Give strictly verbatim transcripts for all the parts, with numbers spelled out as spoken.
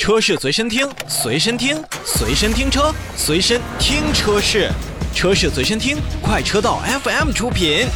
车市随身听，随身听，随身听车，随身听车市，车市随身听，快车道 F M 出品。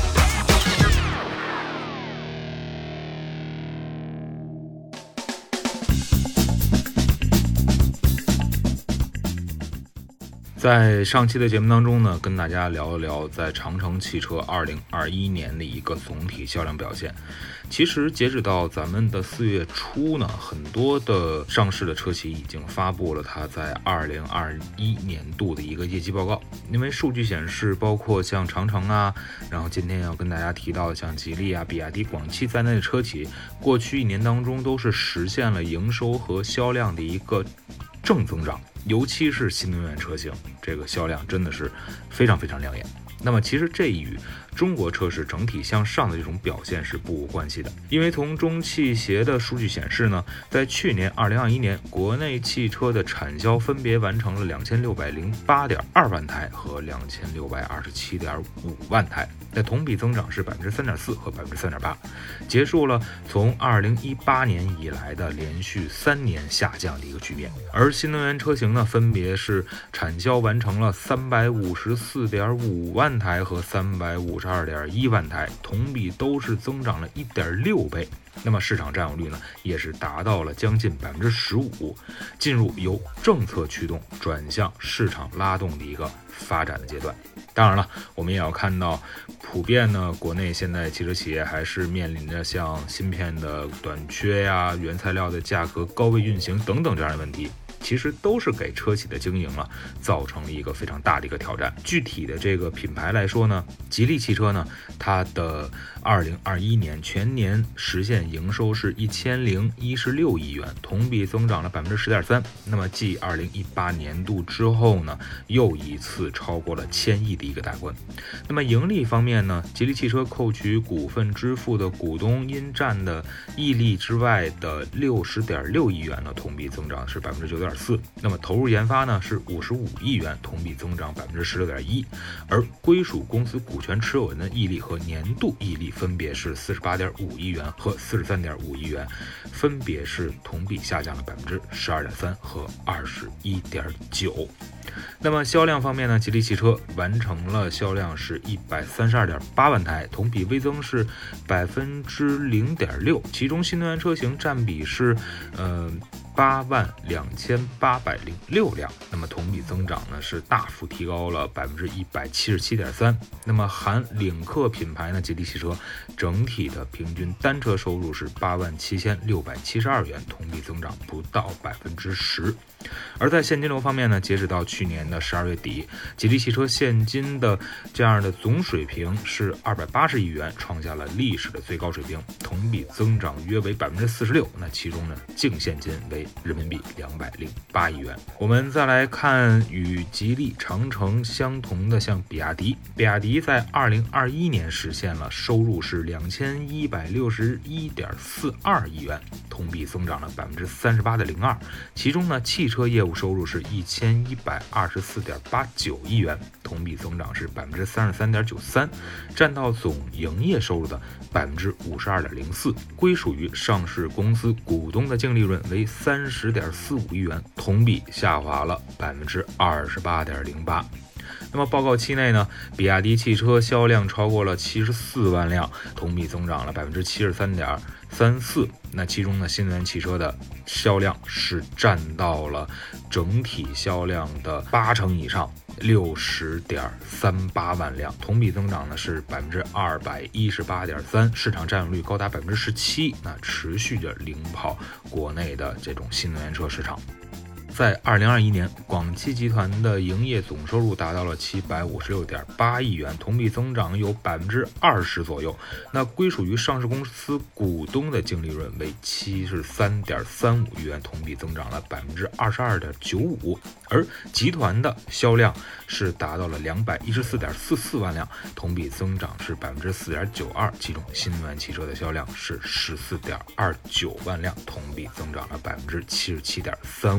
在上期的节目当中呢，跟大家聊一聊在长城汽车二零二一年的一个总体销量表现。其实截止到咱们的四月初呢，很多的上市的车企已经发布了它在二零二一年度的一个业绩报告。因为数据显示，包括像长城啊，然后今天要跟大家提到的像吉利啊、比亚迪、广汽在内的车企，过去一年当中都是实现了营收和销量的一个正增长。尤其是新能源车型，这个销量真的是非常非常亮眼。那么其实这与中国车市整体向上的这种表现是不无关系的，因为从中汽协的数据显示呢，在去年二零二一年，国内汽车的产销分别完成了两千六百零八点二万台和两千六百二十七点五万台，那同比增长是百分之三点四和百分之三点八，结束了从二零一八年以来的连续三年下降的一个局面。而新能源车型呢，分别是产销完成了三百五十四点五万台和三百五十二点一万台，同比都是增长了一点六倍。那么市场占有率呢，也是达到了将近百分之十五，进入由政策驱动转向市场拉动的一个发展的阶段。当然了，我们也要看到，普遍呢，国内现在汽车企业还是面临着像芯片的短缺呀、原材料的价格高位运行等等这样的问题。其实都是给车企的经营了造成了一个非常大的一个挑战。具体的这个品牌来说呢，吉利汽车呢，它的二零二一年全年实现营收是一千零一十六亿元，同比增长了百分之十点三。那么继二零一八年度之后呢，又一次超过了千亿的一个大关。那么盈利方面呢，吉利汽车扣取股份支付的股东因占的溢利之外的六十点六亿元呢，同比增长是百分之九点四。那么投入研发呢是五十五亿元，同比增长百分之十六点一。而归属公司股权持有人的溢利和年度溢利分别是四十八点五亿元和四十三点五亿元，分别是同比下降了百分之十二点三和二十一点九。那么销量方面呢，吉利汽车完成了销量是一百三十二点八万台，同比微增是百分之零点六，其中新能源车型占比是呃八万两千八百零六辆，那么同比增长呢是大幅提高了百分之一百七十七点三。那么含领克品牌呢，吉利汽车整体的平均单车收入是八万七千六百七十二元，同比增长不到百分之十。而在现金流方面呢，截止到去年的十二月底，吉利汽车现金的这样的总水平是二百八十亿元，创下了历史的最高水平，同比增长约为百分之四十六。那其中呢，净现金为人民币两百零八亿元。我们再来看与吉利、长城相同的，像比亚迪，比亚迪在二零二一年实现了收入是两千一百六十一点四二亿元，同比增长了百分之三十八点零二。其中呢，汽车业务收入是一千一百二十四点八九亿元，同比增长是百分之三十三点九三，占到总营业收入的百分之五十二点零四。归属于上市公司股东的净利润为三十点四五亿元，同比下滑了百分之二十八点零八。那么报告期内呢，比亚迪汽车销量超过了七十四万辆，同比增长了百分之七十三点三四。那其中呢，新能源汽车的销量是占到了整体销量的八成以上，六十点三八万辆，同比增长呢是百分之二百一十八点三，市场占有率高达百分之十七，那持续着领跑国内的这种新能源车市场。在二零二一年，广汽集团的营业总收入达到了七百五十六点八亿元，同比增长有百分之二十左右。那归属于上市公司股东的净利润为七十三点三五亿元，同比增长了百分之二十二点九五。而集团的销量是达到了两百一十四点四四万辆，同比增长是百分之四点九二。其中新能源汽车的销量是十四点二九万辆，同比增长了百分之七十七点三五。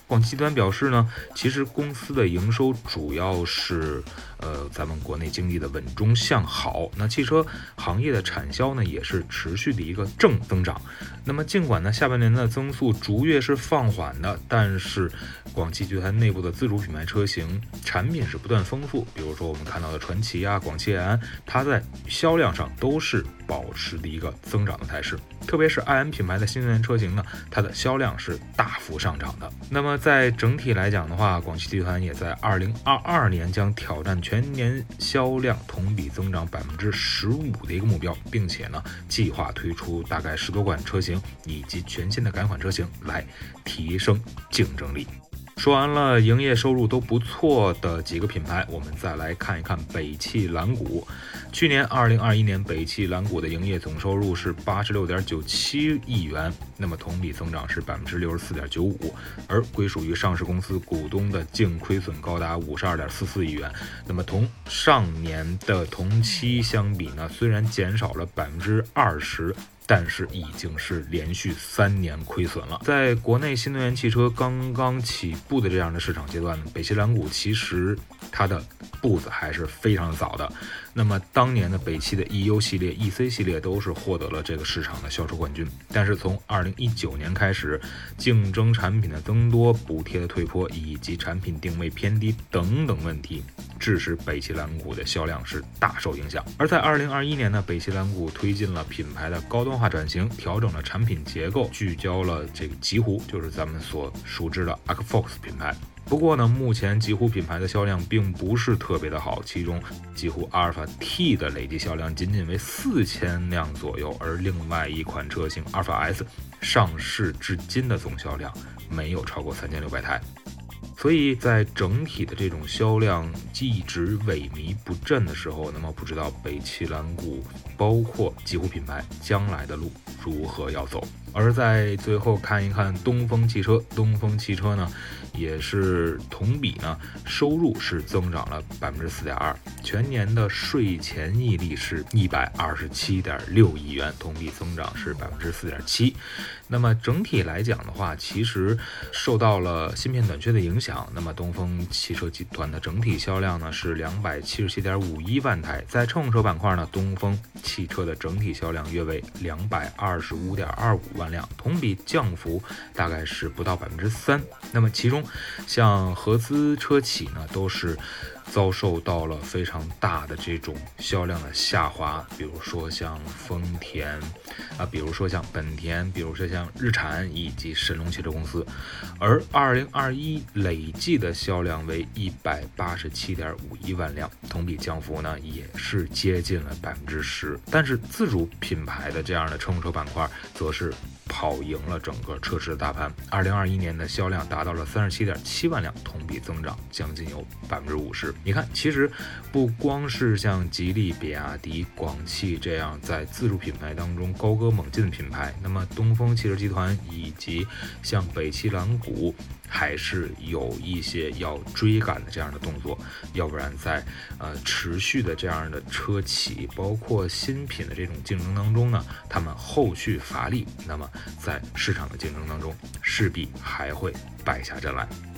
广汽集团表示呢，其实公司的营收主要是呃咱们国内经济的稳中向好，那汽车行业的产销呢也是持续的一个正增长。那么尽管呢下半年的增速逐月是放缓的，但是广汽集团内部的自主品牌车型产品是不断丰富，比如说我们看到的传祺啊、广汽埃安，它在销量上都是保持的一个增长的态势。特别是埃安品牌的新能源车型呢，它的销量是大幅上涨的。那么在整体来讲的话，广汽集团也在二零二二年将挑战全年销量同比增长百分之十五的一个目标，并且呢计划推出大概十多款车型以及全新的改款车型来提升竞争力。说完了营业收入都不错的几个品牌，我们再来看一看北汽蓝谷。去年二零二一年北汽蓝谷的营业总收入是八十六点九七亿元，那么同比增长是百分之六十四点九五，而归属于上市公司股东的净亏损高达五十二点四四亿元。那么同上年的同期相比呢，虽然减少了百分之二十，但是已经是连续三年亏损了。在国内新能源汽车刚刚起步的这样的市场阶段，北汽蓝谷其实它的步子还是非常早的。那么当年的北汽的 E U 系列、E C 系列都是获得了这个市场的销售冠军。但是从二零一九年开始，竞争产品的增多、补贴的退坡以及产品定位偏低等等问题，致使北汽蓝谷的销量是大受影响。而在二零二一年呢，北汽蓝谷推进了品牌的高端化转型，调整了产品结构，聚焦了这个极狐，就是咱们所熟知的 Arcfox 品牌。不过呢，目前极狐品牌的销量并不是特别的好，其中极狐阿尔法 T 的累计销量仅仅为四千辆左右，而另外一款车型阿尔法 S 上市至今的总销量没有超过三千六百台。所以在整体的这种销量一直萎靡不振的时候，那么不知道北汽蓝谷包括极狐品牌将来的路如何要走。而在最后看一看东风汽车，东风汽车呢也是同比呢收入是增长了百分之四点二，全年的税前溢利是一百二十七点六亿元，同比增长是百分之四点七。那么整体来讲的话，其实受到了芯片短缺的影响，那么东风汽车集团的整体销量呢是两百七十七点五一万台，在乘用车板块呢，东风汽车的整体销量约为两百二十五点二五万辆，同比降幅大概是不到百分之三。那么其中像合资车企呢都是遭受到了非常大的这种销量的下滑，比如说像丰田啊，比如说像本田，比如说像日产以及神龙汽车公司。而二零二一累计的销量为一百八十七点五一万辆，同比降幅呢也是接近了百分之十。但是自主品牌的这样的乘用车板块则是跑赢了整个车市的大盘，二零二一年的销量达到了三十七点七万辆，同比增长将近有百分之五十。你看，其实不光是像吉利、比亚迪、广汽这样在自主品牌当中高歌猛进的品牌，那么东风汽车集团以及像北汽蓝谷还是有一些要追赶的这样的动作，要不然在呃持续的这样的车企包括新品的这种竞争当中呢，他们后续乏力，那么在市场的竞争当中势必还会败下阵来。